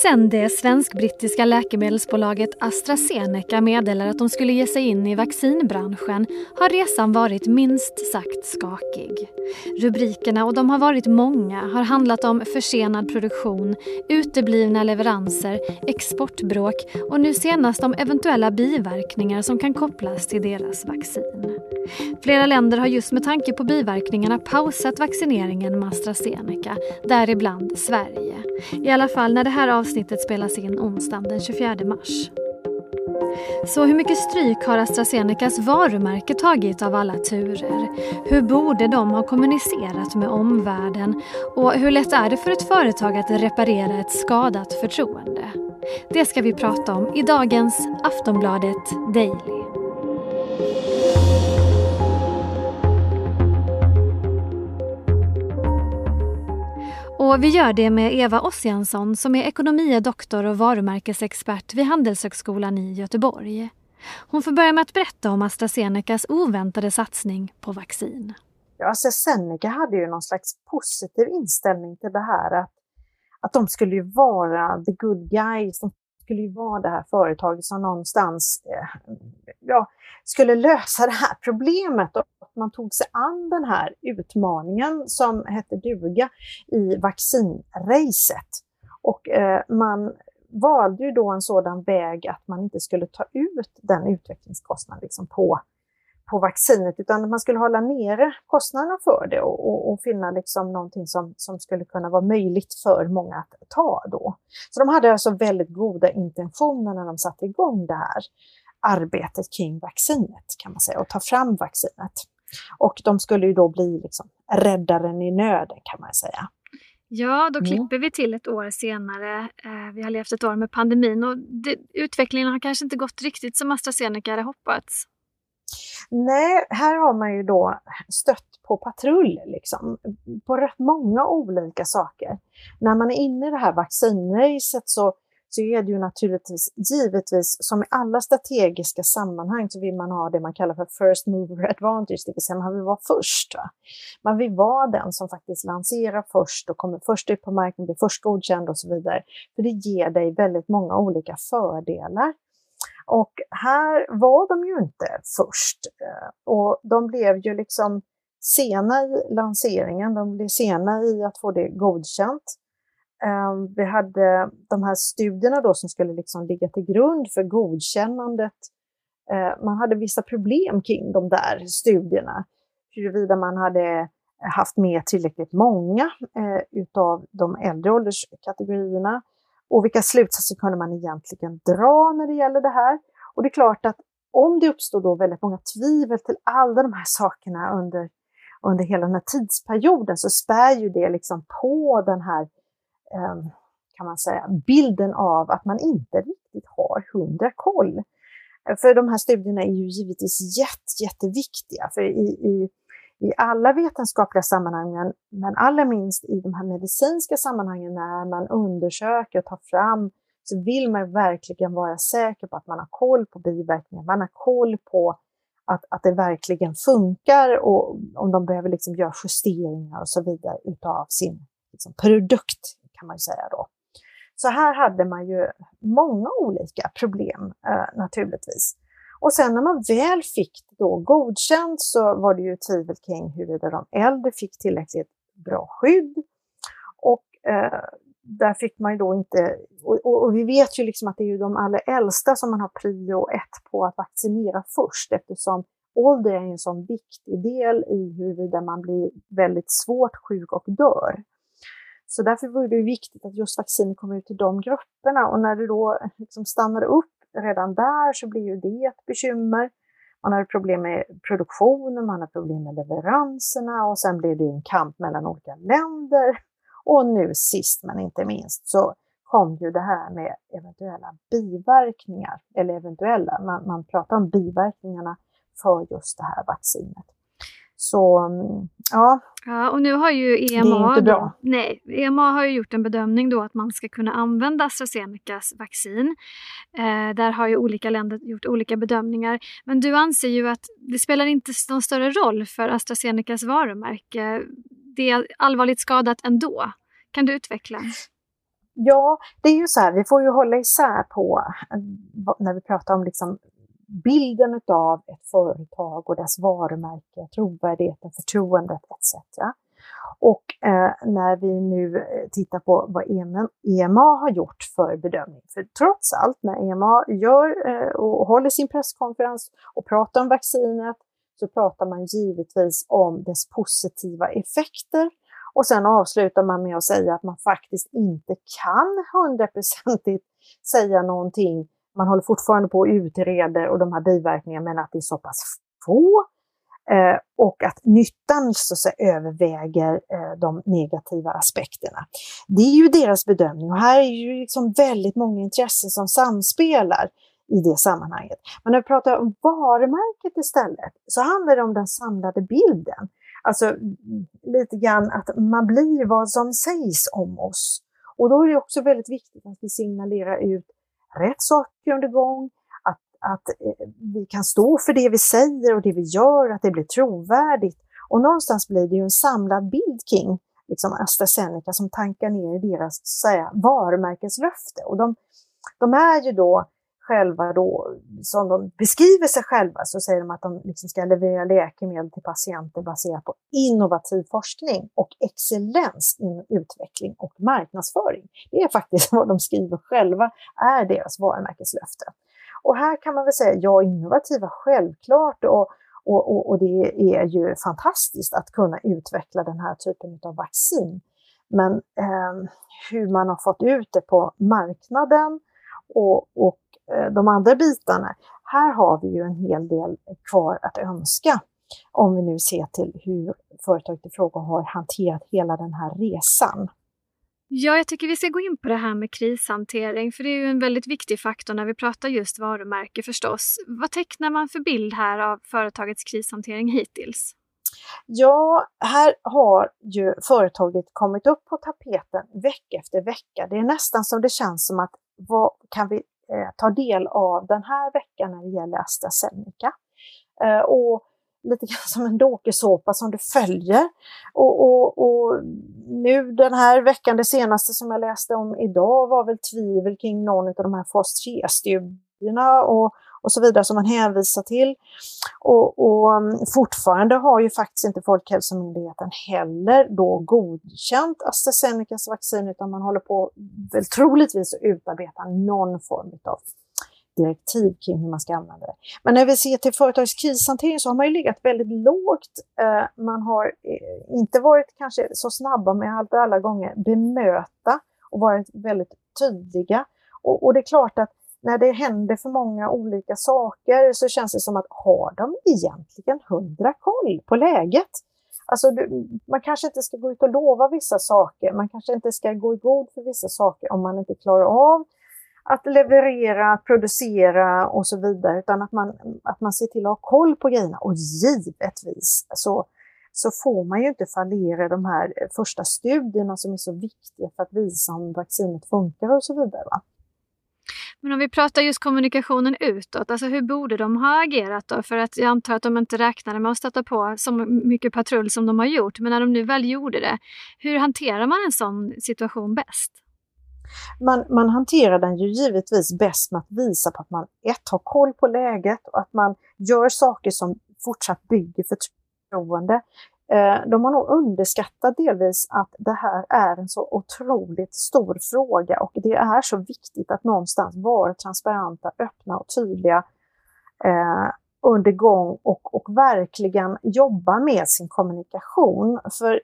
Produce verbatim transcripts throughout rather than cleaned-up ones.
Sen det svensk-brittiska läkemedelsbolaget AstraZeneca meddelar att de skulle ge sig in i vaccinbranschen har resan varit minst sagt skakig. Rubrikerna, och de har varit många, har handlat om försenad produktion, uteblivna leveranser, exportbråk och nu senast om eventuella biverkningar som kan kopplas till deras vaccin. Flera länder har just med tanke på biverkningarna pausat vaccineringen med AstraZeneca, däribland Sverige. I alla fall när det här avsnittet spelas in onsdagen den tjugofjärde mars. Så hur mycket stryk har AstraZenecas varumärke tagit av alla turer? Hur borde de ha kommunicerat med omvärlden? Och hur lätt är det för ett företag att reparera ett skadat förtroende? Det ska vi prata om i dagens Aftonbladet Daily. Och vi gör det med Eva Ossiansson som är ekonomidoktor och varumärkesexpert vid Handelshögskolan i Göteborg. Hon får börja med att berätta om AstraZenecas oväntade satsning på vaccin. Ja, AstraZeneca hade ju någon slags positiv inställning till det här. Att, att de skulle ju vara the good guys, de skulle ju vara det här företaget som någonstans eh, ja, skulle lösa det här problemet. Och man tog sig an den här utmaningen som hette duga i vaccinracet. Och eh, man valde ju då en sådan väg att man inte skulle ta ut den utvecklingskostnaden liksom på, på vaccinet, utan man skulle hålla nere kostnaderna för det och, och, och finna liksom någonting som, som skulle kunna vara möjligt för många att ta då. Så de hade alltså väldigt goda intentioner när de satte igång det här arbetet kring vaccinet, kan man säga, och ta fram vaccinet. Och de skulle ju då bli liksom räddaren i nöden, kan man säga. Ja, då klipper mm. vi till ett år senare. Eh, vi har levt ett år med pandemin och det, utvecklingen har kanske inte gått riktigt som AstraZeneca hade hoppats. Nej, här har man ju då stött på patrull liksom, på rätt många olika saker. När man är inne i det här vaccinracet så så är det ju naturligtvis, givetvis, som i alla strategiska sammanhang så vill man ha det man kallar för first mover advantage, det vill säga man vill vara först. Va? Man vill vara den som faktiskt lanserar först och kommer först ut på marknaden, blir först godkänd och så vidare. För det ger dig väldigt många olika fördelar. Och här var de ju inte först. Och de blev ju liksom sena i lanseringen, de blev sena i att få det godkänt. Um, vi hade de här studierna då som skulle liksom ligga till grund för godkännandet. Uh, man hade vissa problem kring de där studierna. Huruvida man hade haft med tillräckligt många uh, utav de äldre ålderskategorierna. Och vilka slutsatser kunde man egentligen dra när det gäller det här. Och det är klart att om det uppstod då väldigt många tvivel till alla de här sakerna under, under hela den här tidsperioden, så spär ju det liksom på den här, kan man säga, bilden av att man inte riktigt har hundra koll. För de här studierna är ju givetvis jätte, jätteviktiga. För i, i, i alla vetenskapliga sammanhang, men allra minst i de här medicinska sammanhangen när man undersöker och tar fram, så vill man verkligen vara säker på att man har koll på biverkningar. Man har koll på att, att det verkligen funkar och om de behöver liksom göra justeringar och så vidare utav sin liksom, produkt, kan man ju säga då. Så här hade man ju många olika problem eh, naturligtvis. Och sen när man väl fick då godkänt så var det ju tvivel kring huruvida de äldre fick tillräckligt bra skydd. Och eh, där fick man ju då inte, och, och, och vi vet ju liksom att det är ju de allra äldsta som man har prio ett på att vaccinera först, eftersom ålder är en sån viktig del i huruvida man blir väldigt svårt sjuk och dör. Så därför var det viktigt att just vacciner kommer ut till de grupperna. Och när det då liksom stannar upp redan där så blir ju det ett bekymmer. Man har problem med produktionen, man har problem med leveranserna och sen blir det en kamp mellan olika länder. Och nu sist men inte minst så kom ju det här med eventuella biverkningar. Eller eventuella, man, man pratar om biverkningarna för just det här vaccinet. Så ja. Ja, och nu har ju E M A, då, nej, E M A har ju gjort en bedömning då att man ska kunna använda AstraZenecas vaccin. Eh, där har ju olika länder gjort olika bedömningar. Men du anser ju att det spelar inte någon större roll för AstraZenecas varumärke. Det är allvarligt skadat ändå. Kan du utveckla? Ja, det är ju så här, vi får ju hålla isär på när vi pratar om liksom bilden av ett företag och dess varumärke, trovärdigheten, förtroendet et cetera. Och eh, när vi nu tittar på vad E M A har gjort för bedömning. För trots allt, när E M A gör eh, och håller sin presskonferens och pratar om vaccinet, så pratar man givetvis om dess positiva effekter. Och sen avslutar man med att säga att man faktiskt inte kan hundraprocentigt säga någonting. Man håller fortfarande på att utreda och de här biverkningarna, men att det är så pass få. Eh, och att nyttan så att säga överväger eh, de negativa aspekterna. Det är ju deras bedömning, och här är ju liksom väldigt många intressen som samspelar i det sammanhanget. Men när vi pratar om varumärket istället, så handlar det om den samlade bilden. Alltså lite grann att man blir vad som sägs om oss. Och då är det också väldigt viktigt att vi signalerar ut rätt saker under gång, att, att eh, vi kan stå för det vi säger och det vi gör, att det blir trovärdigt. Och någonstans blir det ju en samlad bild kring liksom AstraZeneca som tankar ner i deras så att säga, varumärkeslöfte. Och de, de är ju då själva då, som de beskriver sig själva, så säger de att de liksom ska leverera läkemedel till patienter baserat på innovativ forskning och excellens i utveckling och marknadsföring. Det är faktiskt vad de skriver själva är deras varumärkeslöfte. Och här kan man väl säga, ja, innovativa självklart, och, och, och, och det är ju fantastiskt att kunna utveckla den här typen av vaccin. Men eh, hur man har fått ut det på marknaden och, och de andra bitarna, här har vi ju en hel del kvar att önska om vi nu ser till hur företaget i fråga har hanterat hela den här resan. Ja, jag tycker vi ska gå in på det här med krishantering, för det är ju en väldigt viktig faktor när vi pratar just varumärke förstås. Vad tecknar man för bild här av företagets krishantering hittills? Ja, här har ju företaget kommit upp på tapeten vecka efter vecka. Det är nästan som det känns som att vad kan vi ta del av den här veckan när det gäller AstraZeneca. Eh, och lite grann som en dokusåpa som du följer. Och, och, och nu den här veckan, det senaste som jag läste om idag var väl tvivel kring någon av de här fas tre-studierna och, och så vidare som man hänvisar till. Och, och fortfarande har ju faktiskt inte Folkhälsomyndigheten heller då godkänt AstraZenecas vaccin, utan man håller på väl troligtvis att utarbeta någon form av direktiv kring hur man ska använda det. Men när vi ser till företags krishantering så har man ju legat väldigt lågt. Man har inte varit kanske så snabba med allt alla gånger bemöta och varit väldigt tydliga. Och, och det är klart att när det händer för många olika saker så känns det som att har de egentligen hundra koll på läget? Alltså man kanske inte ska gå ut och lova vissa saker. Man kanske inte ska gå i god för vissa saker om man inte klarar av att leverera, att producera och så vidare. Utan att man, att man ser till att ha koll på grejerna. Och givetvis så, så får man ju inte fallera de här första studierna som är så viktiga för att visa om vaccinet funkar och så vidare, va? Men om vi pratar just kommunikationen utåt, alltså hur borde de ha agerat då? För att jag antar att de inte räknade med att stöta på så mycket patrull som de har gjort. Men när de nu väl gjorde det, hur hanterar man en sån situation bäst? Man, man hanterar den ju givetvis bäst med att visa på att man ett har koll på läget och att man gör saker som fortsatt bygger förtroende. De har nog underskattat delvis att det här är en så otroligt stor fråga, och det är så viktigt att någonstans vara transparenta, öppna och tydliga eh, under gång och, och verkligen jobba med sin kommunikation. För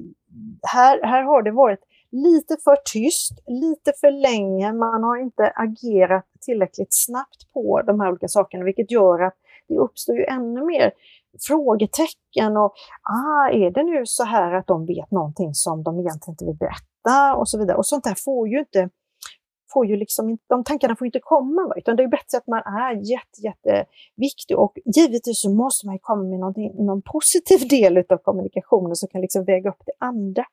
här, här har det varit lite för tyst, lite för länge. Man har inte agerat tillräckligt snabbt på de här olika sakerna, vilket gör att det uppstår ju ännu mer frågetecken och ah, är det nu så här att de vet någonting som de egentligen inte vill berätta och så vidare. Och sånt där får ju inte, får ju liksom inte, de tankarna får inte komma, va? Utan det är bättre att man är jätte, jätteviktig, och givetvis så måste man ju komma med någon, någon positiv del av kommunikationen som kan liksom väga upp det andra.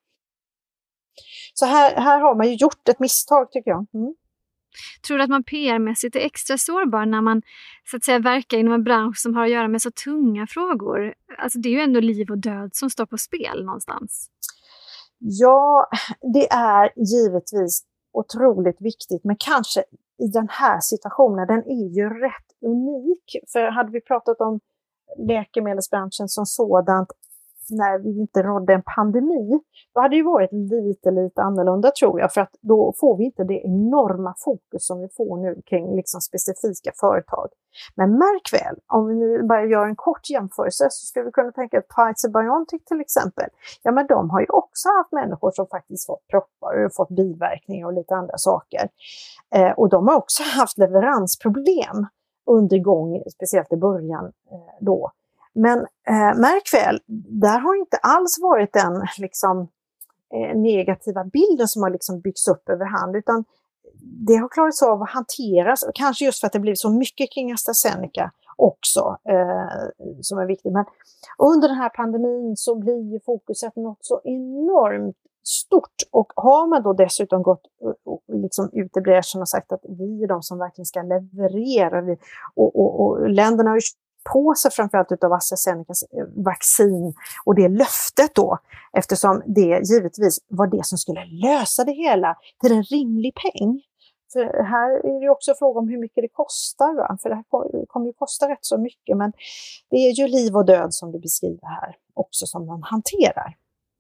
Så här, här har man ju gjort ett misstag, tycker jag. Mm. Tror du att man P R-mässigt är extra sårbar när man så att säga verkar inom en bransch som har att göra med så tunga frågor? Alltså det är ju ändå liv och död som står på spel någonstans. Ja, det är givetvis otroligt viktigt, men kanske i den här situationen, den är ju rätt unik. För hade vi pratat om läkemedelsbranschen som sådant när vi inte rådde en pandemi, då hade det varit lite, lite annorlunda tror jag. För att då får vi inte det enorma fokus som vi får nu kring liksom specifika företag. Men märk väl, om vi nu bara gör en kort jämförelse så skulle vi kunna tänka att Pfizer-BioNTech till exempel, ja men de har ju också haft människor som faktiskt fått proppar och fått biverkningar och lite andra saker. Eh, och de har också haft leveransproblem under gång, speciellt i början eh, då. Men eh, märk väl, där har inte alls varit den liksom, eh, negativa bilden som har liksom byggts upp över hand, utan det har klarats av att hanteras, kanske just för att det blivit så mycket kring AstraZeneca också eh, som är viktigt. Men under den här pandemin så blir ju fokuset något så enormt stort, och har man då dessutom gått liksom ut i bräschen och sagt att vi är de som verkligen ska leverera, och, och, och länderna har ju på sig framförallt utav AstraZenecas vaccin och det löftet då, eftersom det givetvis var det som skulle lösa det hela till en rimlig peng. För här är det också fråga om hur mycket det kostar, va? För det här kommer ju kosta rätt så mycket, men det är ju liv och död som du beskriver här också som man hanterar.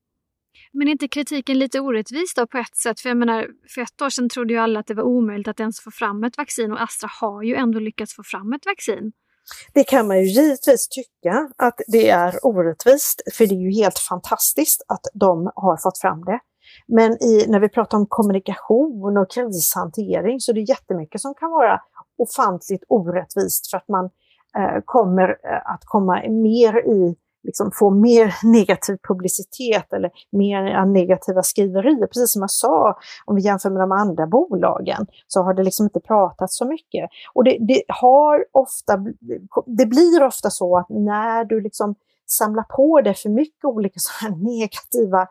Men är inte kritiken lite orättvis då på ett sätt? För jag menar, för ett år sedan trodde ju alla att det var omöjligt att ens få fram ett vaccin, och Astra har ju ändå lyckats få fram ett vaccin. Det kan man ju givetvis tycka att det är orättvist, för det är ju helt fantastiskt att de har fått fram det. Men i, när vi pratar om kommunikation och krishantering så är det jättemycket som kan vara ofantligt orättvist, för att man eh, kommer eh, att komma mer i, liksom få mer negativ publicitet eller mer negativa skriverier. Precis som jag sa, om vi jämför med de andra bolagen så har det liksom inte pratat så mycket. Och det, det har ofta, det blir ofta så att när du liksom samlar på dig för mycket olika sådana negativa,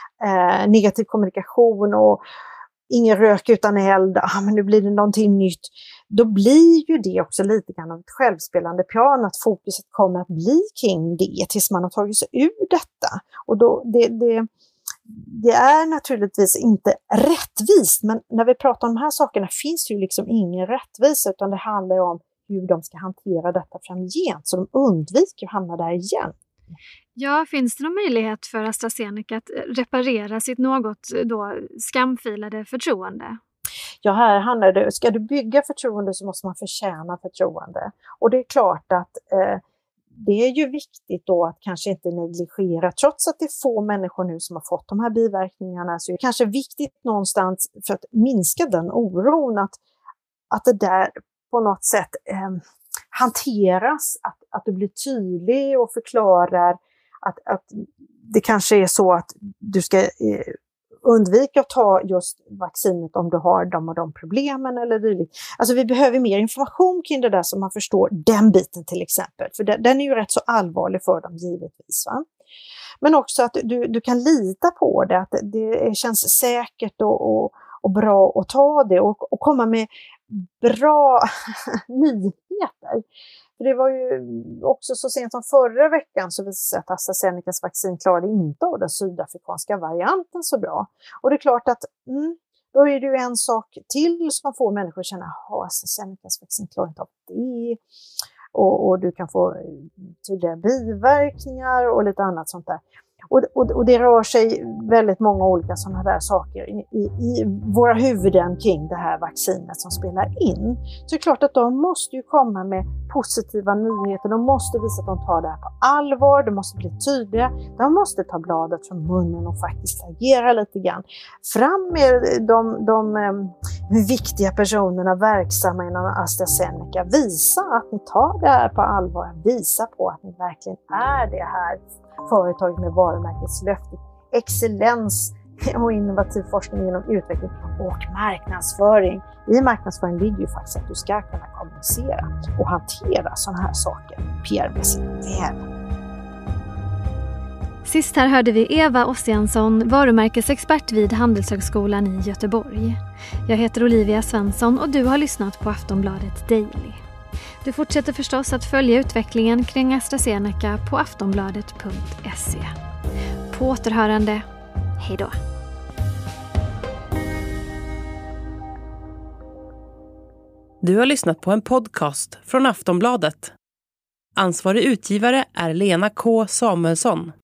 eh, negativ kommunikation och ingen rök utan eld, ah, men nu blir det någonting nytt. Då blir ju det också lite grann av ett självspelande piano, att fokuset kommer att bli kring det tills man har tagit sig ur detta. Och då, det, det, det är naturligtvis inte rättvist, men när vi pratar om de här sakerna finns ju liksom ingen rättvisa, utan det handlar om hur de ska hantera detta framgent så de undviker att hamna där igen. Ja, finns det någon möjlighet för AstraZeneca att reparera sitt något då skamfilade förtroende? Ja, här handlar det, ska du bygga förtroende så måste man förtjäna förtroende. Och det är klart att eh, det är ju viktigt då att kanske inte negligera, trots att det är få människor nu som har fått de här biverkningarna, så är det kanske viktigt någonstans för att minska den oron att, att det där på något sätt eh, hanteras, att, att du blir tydlig och förklarar att, att det kanske är så att du ska eh, undvika att ta just vaccinet om du har de och de problemen eller dylikt. Alltså vi behöver mer information kring det där så man förstår den biten till exempel. För den, den är ju rätt så allvarlig för dem givetvis, va? Men också att du, du kan lita på det, att det känns säkert och, och, och bra att ta det och, och komma med bra nyheter. För det var ju också så sent som förra veckan så visade sig att AstraZenecas vaccin klarade inte av den sydafrikanska varianten så bra. Och det är klart att mm, då är det ju en sak till som får människor att känna att AstraZenecas vaccin klarar inte av det. Och, och du kan få tydliga biverkningar och lite annat sånt där. Och, och, och det rör sig väldigt många olika sådana där saker i, i, i våra huvuden kring det här vaccinet som spelar in. Så det är klart att de måste ju komma med positiva nyheter. De måste visa att de tar det här på allvar. De måste bli tydliga. De måste ta bladet från munnen och faktiskt agera lite grann. Fram med de, de um, viktiga personerna verksamma inom AstraZeneca. Visa att ni tar det här på allvar. Visa på att ni verkligen är det här företaget med varumärkeslöftet, excellens och innovativ forskning inom utveckling och marknadsföring. I marknadsföring ligger ju faktiskt att du ska kunna kommunicera och hantera sådana här saker P R-mässigt väl. Sist här hörde vi Eva Ossiansson, varumärkesexpert vid Handelshögskolan i Göteborg. Jag heter Olivia Svensson och du har lyssnat på Aftonbladet Daily. Du fortsätter förstås att följa utvecklingen kring AstraZeneca på aftonbladet punkt se. På återhörande, hej då! Du har lyssnat på en podcast från Aftonbladet. Ansvarig utgivare är Lena K. Samuelsson.